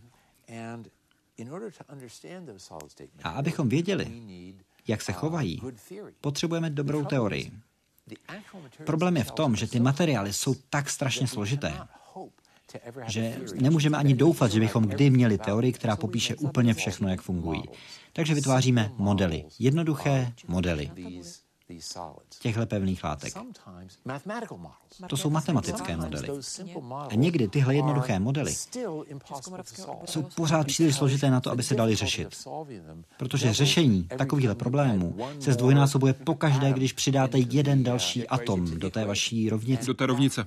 Speaker 2: A abychom věděli, jak se chovají, potřebujeme dobrou teorii. Problém je v tom, že ty materiály jsou tak strašně složité, že nemůžeme ani doufat, že bychom kdy měli teorii, která popíše úplně všechno, jak fungují. Takže vytváříme modely. Jednoduché modely těchto pevných látek. To jsou matematické modely. A někdy tyhle jednoduché modely jsou pořád příliš složité na to, aby se dali řešit. Protože řešení takovýchto problémů se zdvojnásobuje pokaždé, když přidáte jeden další atom do té vaší rovnice.
Speaker 1: Do té rovnice.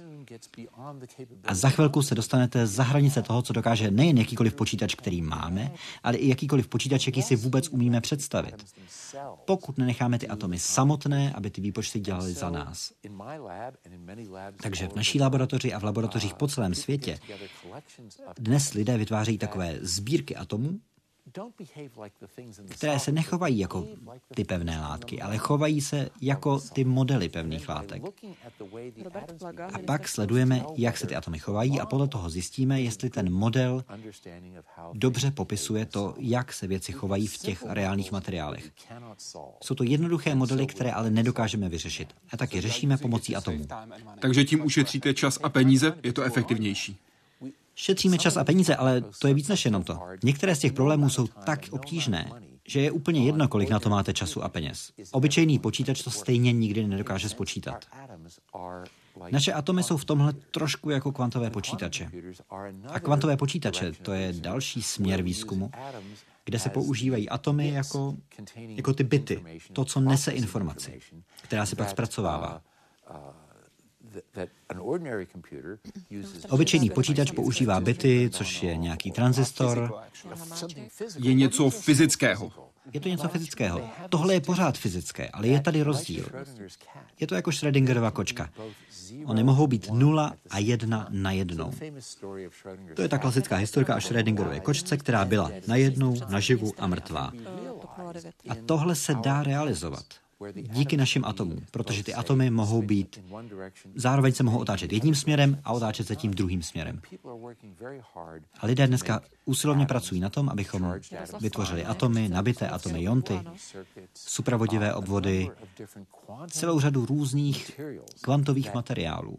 Speaker 2: A za chvilku se dostanete za hranice toho, co dokáže nejen jakýkoliv počítač, který máme, ale i jakýkoliv počítač, jaký si vůbec umíme představit. Pokud nenecháme ty atomy samotné, aby ty výpočty dělali za nás. Takže v naší laboratoři a v laboratořích po celém světě dnes lidé vytvářejí takové sbírky atomů, které se nechovají jako ty pevné látky, ale chovají se jako ty modely pevných látek. A pak sledujeme, jak se ty atomy chovají a podle toho zjistíme, jestli ten model dobře popisuje to, jak se věci chovají v těch reálných materiálech. Jsou to jednoduché modely, které ale nedokážeme vyřešit. A taky řešíme pomocí atomů.
Speaker 1: Takže tím ušetříte čas a peníze, je to efektivnější.
Speaker 2: Šetříme čas a peníze, ale to je víc než jenom to. Některé z těch problémů jsou tak obtížné, že je úplně jedno, kolik na to máte času a peněz. Obyčejný počítač to stejně nikdy nedokáže spočítat. Naše atomy jsou v tomhle trošku jako kvantové počítače. A kvantové počítače, to je další směr výzkumu, kde se používají atomy jako ty bity, to, co nese informaci, která se pak zpracovává. Obyčejný počítač používá bity, což je nějaký tranzistor.
Speaker 1: Je něco fyzického.
Speaker 2: Je to něco fyzického. Tohle je pořád fyzické, ale je tady rozdíl. Je to jako Schrödingerova kočka. Oni mohou být 0 a 1 najednou. To je ta klasická historka o Schrödingerově kočce, která byla najednou, naživu a mrtvá. A tohle se dá realizovat. Díky našim atomům, protože ty atomy mohou být, zároveň se mohou otáčet jedním směrem a otáčet se tím druhým směrem. A lidé dneska usilovně pracují na tom, abychom vytvořili atomy, nabité atomy, ionty, supravodivé obvody, celou řadu různých kvantových materiálů,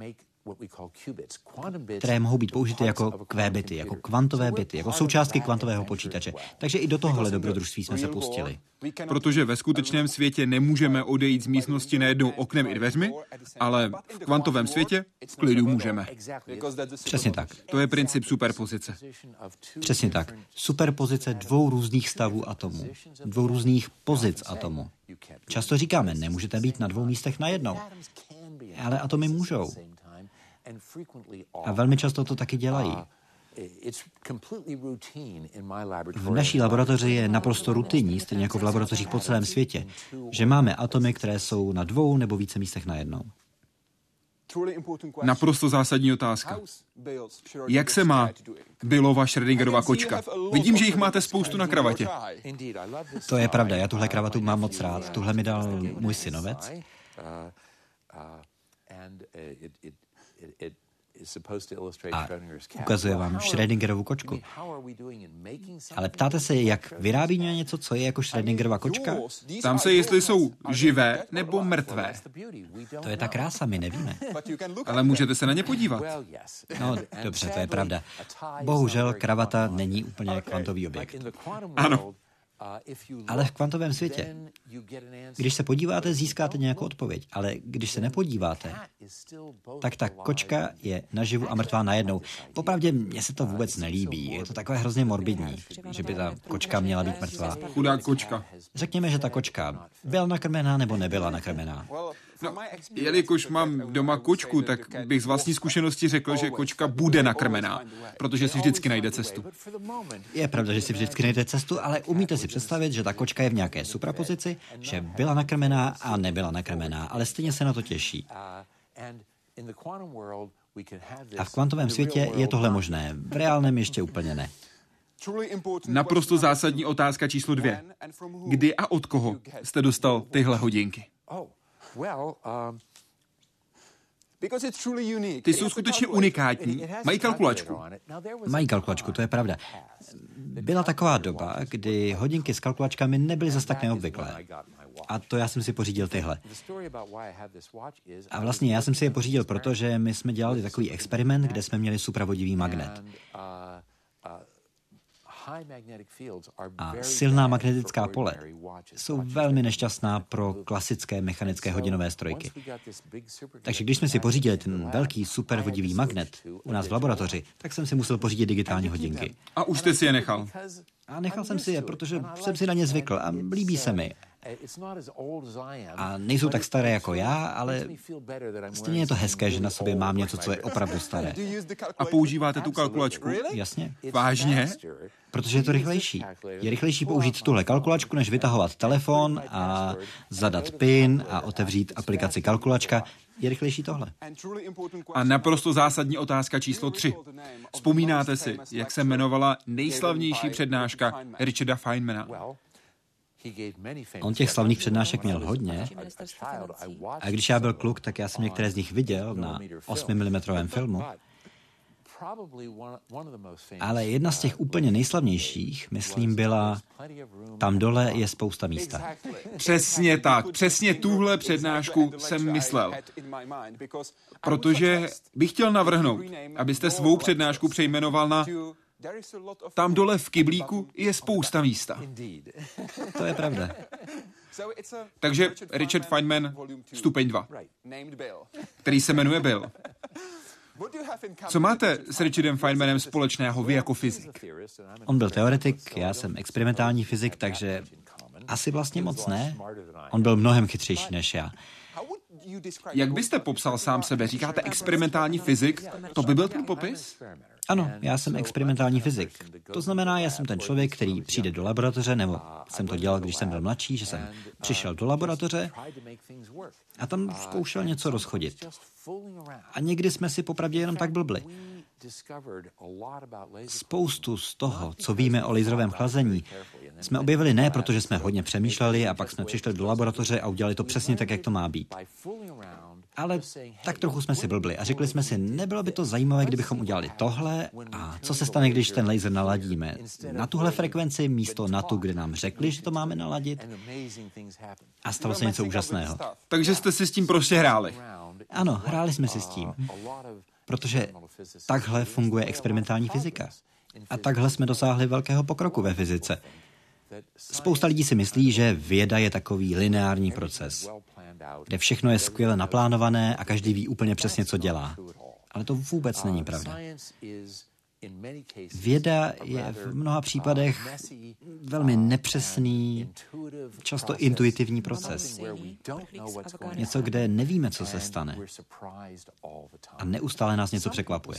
Speaker 2: které mohou být použity jako qubity, jako kvantové bity, jako součástky kvantového počítače. Takže i do tohohle dobrodružství jsme se pustili.
Speaker 1: Protože ve skutečném světě nemůžeme odejít z místnosti najednou oknem i dveřmi, ale v kvantovém světě v klidu můžeme.
Speaker 2: Přesně tak.
Speaker 1: To je princip superpozice.
Speaker 2: Přesně tak. Superpozice dvou různých stavů atomů, dvou různých pozic atomu. Často říkáme, nemůžete být na dvou místech najednou, ale atomy můžou. A velmi často to taky dělají. V naší laboratoři je naprosto rutinní, stejně jako v laboratořích po celém světě, že máme atomy, které jsou na dvou nebo více místech najednou.
Speaker 1: Naprosto zásadní otázka. Jak se má Billova Schrödingerova kočka? Vidím, že jich máte spoustu na kravatě.
Speaker 2: To je pravda, já tuhle kravatu mám moc rád. Tuhle mi dal můj synovec. A ukazuje vám Schrödingerovu kočku. Ale ptáte se, jak vyrábíme něco, co je jako Schrödingerova kočka?
Speaker 1: Tam se, jestli jsou živé nebo mrtvé.
Speaker 2: To je ta krása, my nevíme.
Speaker 1: Ale můžete se na ně podívat.
Speaker 2: No, dobře, to je pravda. Bohužel kravata není úplně kvantový objekt.
Speaker 1: Ano.
Speaker 2: Ale v kvantovém světě, když se podíváte, získáte nějakou odpověď. Ale když se nepodíváte, tak ta kočka je naživu a mrtvá najednou. Popravdě mně se to vůbec nelíbí. Je to takové hrozně morbidní, že by ta kočka měla být mrtvá.
Speaker 1: Chudá kočka.
Speaker 2: Řekněme, že ta kočka byla nakrmená nebo nebyla nakrmená.
Speaker 1: No, jelikož mám doma kočku, tak bych z vlastní zkušenosti řekl, že kočka bude nakrmená, protože si vždycky najde cestu.
Speaker 2: Je pravda, že si vždycky najde cestu, ale umíte si představit, že ta kočka je v nějaké suprapozici, že byla nakrmená a nebyla nakrmená, ale stejně se na to těší. A v kvantovém světě je tohle možné, v reálném ještě úplně ne.
Speaker 1: Naprosto zásadní otázka číslo 2. Kdy a od koho jste dostal tyhle hodinky? Ty jsou skutečně unikátní. Mají kalkulačku.
Speaker 2: Mají kalkulačku, to je pravda. Byla taková doba, kdy hodinky s kalkulačkami nebyly zas tak neobvyklé. A to já jsem si pořídil tyhle. A vlastně já jsem si je pořídil, protože my jsme dělali takový experiment, kde jsme měli supravodivý magnet. A silná magnetická pole jsou velmi nešťastná pro klasické mechanické hodinové strojky. Takže když jsme si pořídili ten velký supervodivý magnet u nás v laboratoři, tak jsem si musel pořídit digitální hodinky.
Speaker 1: A už jste si je nechal?
Speaker 2: A nechal jsem si je, protože jsem si na ně zvykl a líbí se mi. A nejsou tak staré jako já, ale stejně je to hezké, že na sobě mám něco, co je opravdu staré.
Speaker 1: A používáte tu kalkulačku?
Speaker 2: Jasně.
Speaker 1: Vážně?
Speaker 2: Protože je to rychlejší. Je rychlejší použít tuhle kalkulačku, než vytahovat telefon a zadat PIN a otevřít aplikaci kalkulačka. Je rychlejší tohle.
Speaker 1: A naprosto zásadní otázka číslo 3. Vzpomínáte si, jak se jmenovala nejslavnější přednáška Richarda Feynmana?
Speaker 2: On těch slavných přednášek měl hodně. A když já byl kluk, tak já jsem některé z nich viděl na 8mm filmu. Ale jedna z těch úplně nejslavnějších, myslím, byla Tam dole je spousta místa.
Speaker 1: Přesně tak. Přesně tuhle přednášku jsem myslel. Protože bych chtěl navrhnout, abyste svou přednášku přejmenoval na Tam dole v kyblíku je spousta místa.
Speaker 2: To je pravda.
Speaker 1: Takže Richard Feynman, stupeň 2, který se jmenuje Bill. Co máte s Richardem Feynmanem společného vy jako fyzik?
Speaker 2: On byl teoretik, já jsem experimentální fyzik, takže asi vlastně moc ne. On byl mnohem chytřejší než já.
Speaker 1: Jak byste popsal sám sebe? Říkáte experimentální fyzik? To by byl ten popis?
Speaker 2: Ano, já jsem experimentální fyzik. To znamená, já jsem ten člověk, který přijde do laboratoře, nebo jsem to dělal, když jsem byl mladší, že jsem přišel do laboratoře a tam zkoušel něco rozchodit. A někdy jsme si popravdě jenom tak blbli. Spoustu z toho, co víme o laserovém chlazení, jsme objevili ne protože jsme hodně přemýšleli a pak jsme přišli do laboratoře a udělali to přesně tak, jak to má být. Ale tak trochu jsme si blbli a řekli jsme si, nebylo by to zajímavé, kdybychom udělali tohle a co se stane, když ten laser naladíme na tuhle frekvenci místo na tu, kde nám řekli, že to máme naladit, a stalo se něco úžasného.
Speaker 1: Takže jste si s tím prostě hráli.
Speaker 2: Ano, hráli jsme si s tím, protože takhle funguje experimentální fyzika. A takhle jsme dosáhli velkého pokroku ve fyzice. Spousta lidí si myslí, že věda je takový lineární proces, kde všechno je skvěle naplánované a každý ví úplně přesně, co dělá. Ale to vůbec není pravda. Věda je v mnoha případech velmi nepřesný, často intuitivní proces. Něco, kde nevíme, co se stane. A neustále nás něco překvapuje.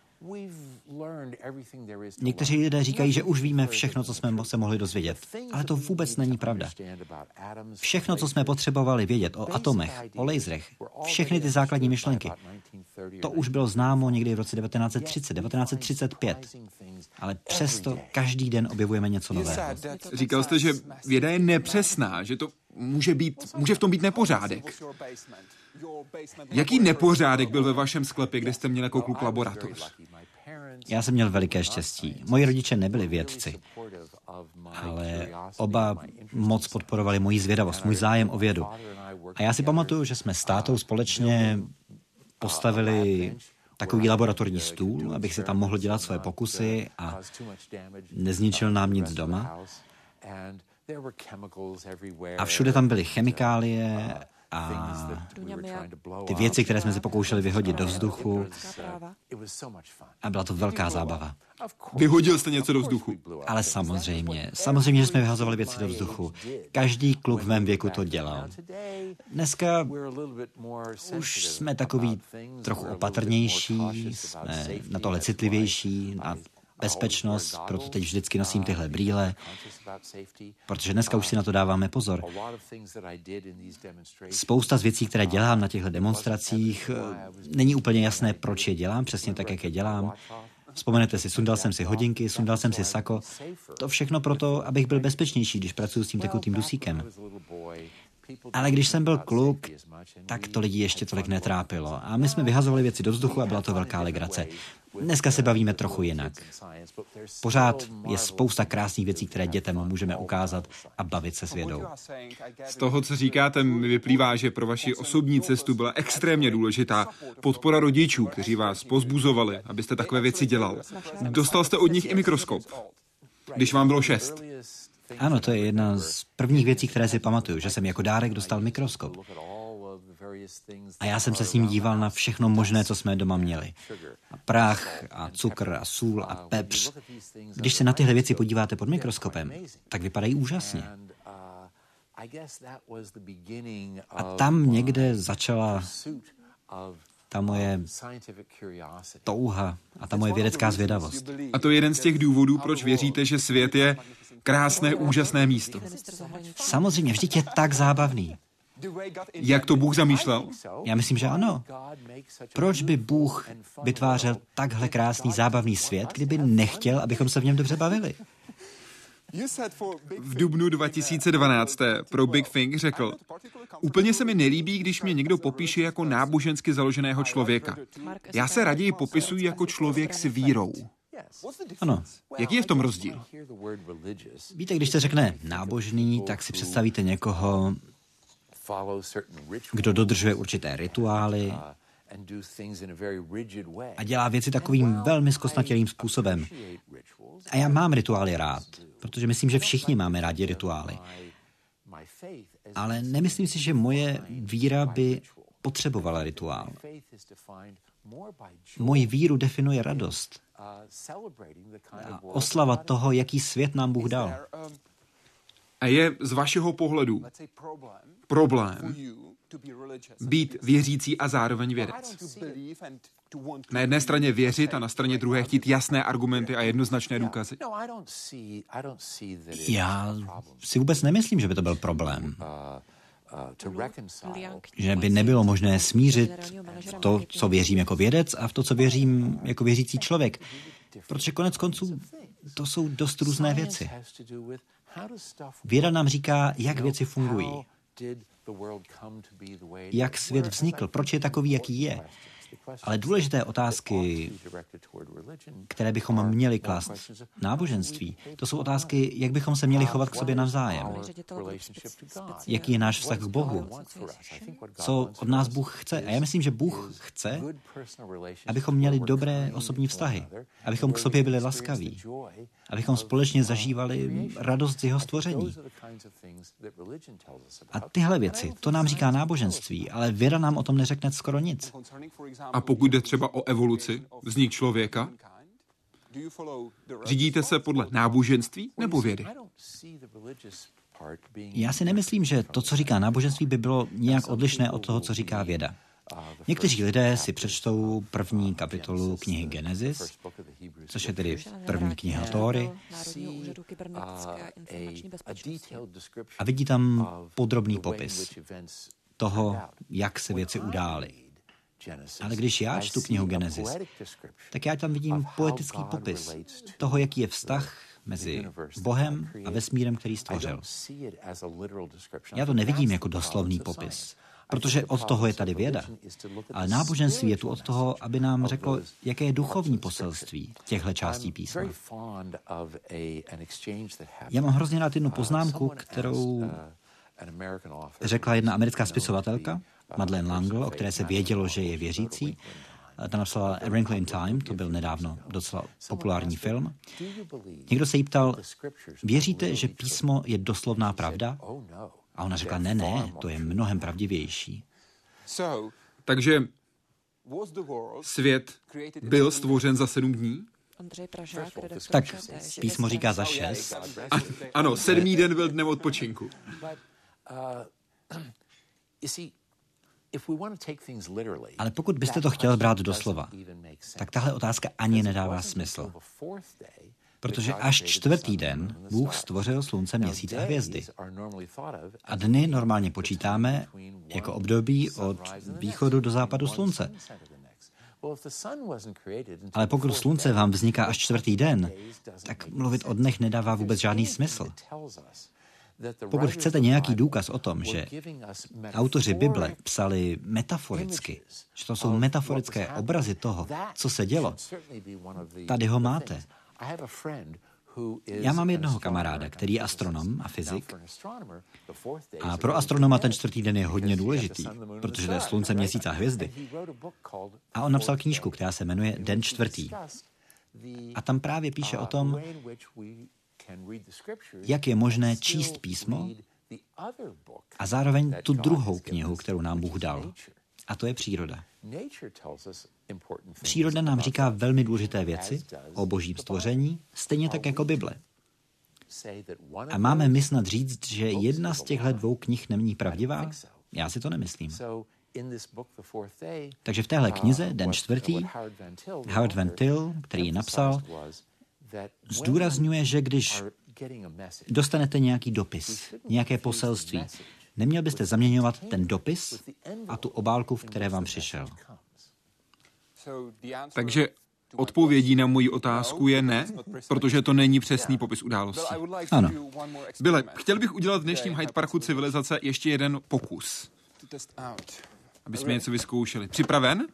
Speaker 2: Někteří lidé říkají, že už víme všechno, co jsme se mohli dozvědět. Ale to vůbec není pravda. Všechno, co jsme potřebovali vědět o atomech, o laserech, všechny ty základní myšlenky, to už bylo známo někdy v roce 1930, 1935. Ale přesto každý den objevujeme něco nového.
Speaker 1: Říkal jste, že věda je nepřesná, že to může v tom být nepořádek. Jaký nepořádek byl ve vašem sklepě, kde jste měl jako kluk laboratoř?
Speaker 2: Já jsem měl veliké štěstí. Moji rodiče nebyli vědci, ale oba moc podporovali moji zvědavost, můj zájem o vědu. A já si pamatuju, že jsme s tátou společně postavili takový laboratorní stůl, abych si tam mohl dělat své pokusy a nezničil nám nic doma. A všude tam byly chemikálie a ty věci, které jsme si pokoušeli vyhodit do vzduchu. A byla to velká zábava.
Speaker 1: Vyhodil jste něco do vzduchu?
Speaker 2: Ale samozřejmě, že jsme vyhazovali věci do vzduchu. Každý kluk v mém věku to dělal. Dneska už jsme takový trochu opatrnější, jsme na tohle citlivější, na bezpečnost, proto teď vždycky nosím tyhle brýle, protože dneska už si na to dáváme pozor. Spousta z věcí, které dělám na těchto demonstracích, není úplně jasné, proč je dělám, přesně tak, jak je dělám. Vzpomenete si, sundal jsem si hodinky, sundal jsem si sako. To všechno proto, abych byl bezpečnější, když pracuji s tím tekutým dusíkem. Ale když jsem byl kluk, tak to lidi ještě tolik netrápilo. A my jsme vyhazovali věci do vzduchu a byla to velká legrace. Dneska se bavíme trochu jinak. Pořád je spousta krásných věcí, které dětem můžeme ukázat a bavit se s vědou.
Speaker 1: Z toho, co říkáte, mi vyplývá, že pro vaši osobní cestu byla extrémně důležitá podpora rodičů, kteří vás povzbuzovali, abyste takové věci dělal. Dostal jste od nich i mikroskop, když vám bylo 6.
Speaker 2: Ano, to je jedna z prvních věcí, které si pamatuju, že jsem jako dárek dostal mikroskop. A já jsem se s ním díval na všechno možné, co jsme doma měli. A prach, a cukr, a sůl, a pepř. Když se na tyhle věci podíváte pod mikroskopem, tak vypadají úžasně. A tam někde začala ta moje touha a ta moje vědecká zvědavost.
Speaker 1: A to je jeden z těch důvodů, proč věříte, že svět je krásné, úžasné místo.
Speaker 2: Samozřejmě, vždyť je tak zábavný.
Speaker 1: Jak to Bůh zamýšlel?
Speaker 2: Já myslím, že ano. Proč by Bůh vytvářel takhle krásný, zábavný svět, kdyby nechtěl, abychom se v něm dobře bavili?
Speaker 1: V dubnu 2012 pro Big Thing řekl: úplně se mi nelíbí, když mě někdo popíše jako nábožensky založeného člověka. Já se raději popisuji jako člověk s vírou.
Speaker 2: Ano.
Speaker 1: Jaký je v tom rozdíl?
Speaker 2: Víte, když se řekne nábožný, tak si představíte někoho, kdo dodržuje určité rituály a dělá věci takovým velmi zkostnatělým způsobem. A já mám rituály rád, protože myslím, že všichni máme rádi rituály. Ale nemyslím si, že moje víra by potřebovala rituál. Moji víru definuje radost. A oslava toho, jaký svět nám Bůh dal.
Speaker 1: A je z vašeho pohledu problém Být věřící a zároveň vědec. Na jedné straně věřit a na straně druhé chtít jasné argumenty a jednoznačné důkazy.
Speaker 2: Já si vůbec nemyslím, že by to byl problém. Že by nebylo možné smířit to, co věřím jako vědec a v to, co věřím jako věřící člověk. Protože konec konců to jsou dost různé věci. Věda nám říká, jak věci fungují. Jak svět vznikl, proč je takový, jaký je. Ale důležité otázky, které bychom měli klást náboženství, to jsou otázky, jak bychom se měli chovat k sobě navzájem. Jaký je náš vztah k Bohu? Co od nás Bůh chce? A já myslím, že Bůh chce, abychom měli dobré osobní vztahy, abychom k sobě byli laskaví, abychom společně zažívali radost z jeho stvoření. A tyhle věci, to nám říká náboženství, ale věda nám o tom neřekne skoro nic.
Speaker 1: A pokud jde třeba o evoluci, vznik člověka, řídíte se podle náboženství nebo vědy?
Speaker 2: Já si nemyslím, že to, co říká náboženství, by bylo nějak odlišné od toho, co říká věda. Někteří lidé si přečtou první kapitolu knihy Genesis, což je tedy první kniha Tóry, a vidí tam podrobný popis toho, jak se věci udály. Ale když já čtu knihu Genesis, tak já tam vidím poetický popis toho, jaký je vztah mezi Bohem a vesmírem, který stvořil. Já to nevidím jako doslovný popis, protože od toho je tady věda. Ale náboženství je tu od toho, aby nám řeklo, jaké je duchovní poselství těchto částí písma. Já mám hrozně rád jednu poznámku, kterou řekla jedna americká spisovatelka, Madeleine L'Engle, o které se vědělo, že je věřící. Ta napsala A Wrinkle in Time, to byl nedávno docela populární film. Někdo se jí ptal, věříte, že písmo je doslovná pravda? A ona řekla, ne, to je mnohem pravdivější.
Speaker 1: Takže svět byl stvořen za 7 dní?
Speaker 2: Tak písmo říká za 6.
Speaker 1: Ano, 7. den byl dnem odpočinku.
Speaker 2: Ale pokud byste to chtěl brát doslova, tak tahle otázka ani nedává smysl. Protože až 4. den Bůh stvořil slunce, měsíc a hvězdy. A dny normálně počítáme jako období od východu do západu slunce. Ale pokud slunce vám vzniká až 4. den, tak mluvit o dnech nedává vůbec žádný smysl. Pokud chcete nějaký důkaz o tom, že autoři Bible psali metaforicky, že to jsou metaforické obrazy toho, co se dělo, tady ho máte. Já mám jednoho kamaráda, který je astronom a fyzik. A pro astronoma ten 4. den je hodně důležitý, protože to je slunce, měsíc a hvězdy. A on napsal knížku, která se jmenuje Den 4. A tam právě píše o tom, jak je možné číst písmo a zároveň tu druhou knihu, kterou nám Bůh dal. A to je příroda. Příroda nám říká velmi důležité věci o božím stvoření, stejně tak jako Bible. A máme my snad říct, že jedna z těchto 2 knih není pravdivá? Já si to nemyslím. Takže v téhle knize, Den 4., Howard Van Til, který ji napsal, zdůrazňuje, že když dostanete nějaký dopis, nějaké poselství, neměl byste zaměňovat ten dopis a tu obálku, v které vám přišel.
Speaker 1: Takže odpovědí na moji otázku je ne, protože to není přesný popis událostí.
Speaker 2: Ano.
Speaker 1: Bille, chtěl bych udělat v dnešním Hyde Parku civilizace ještě jeden pokus. Aby jsme něco vyzkoušeli. Připraven?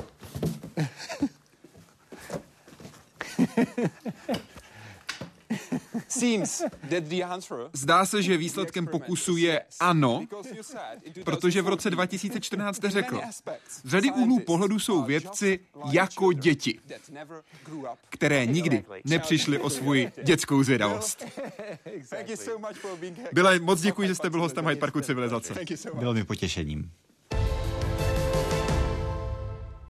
Speaker 1: Zdá se, že výsledkem pokusu je ano, protože v roce 2014 řekl, z řady úhlů pohledu jsou vědci jako děti, které nikdy nepřišly o svoji dětskou zvědavost. Bille, moc děkuji, že jste byl hostem Hyde Parku civilizace.
Speaker 2: Bylo mi potěšením.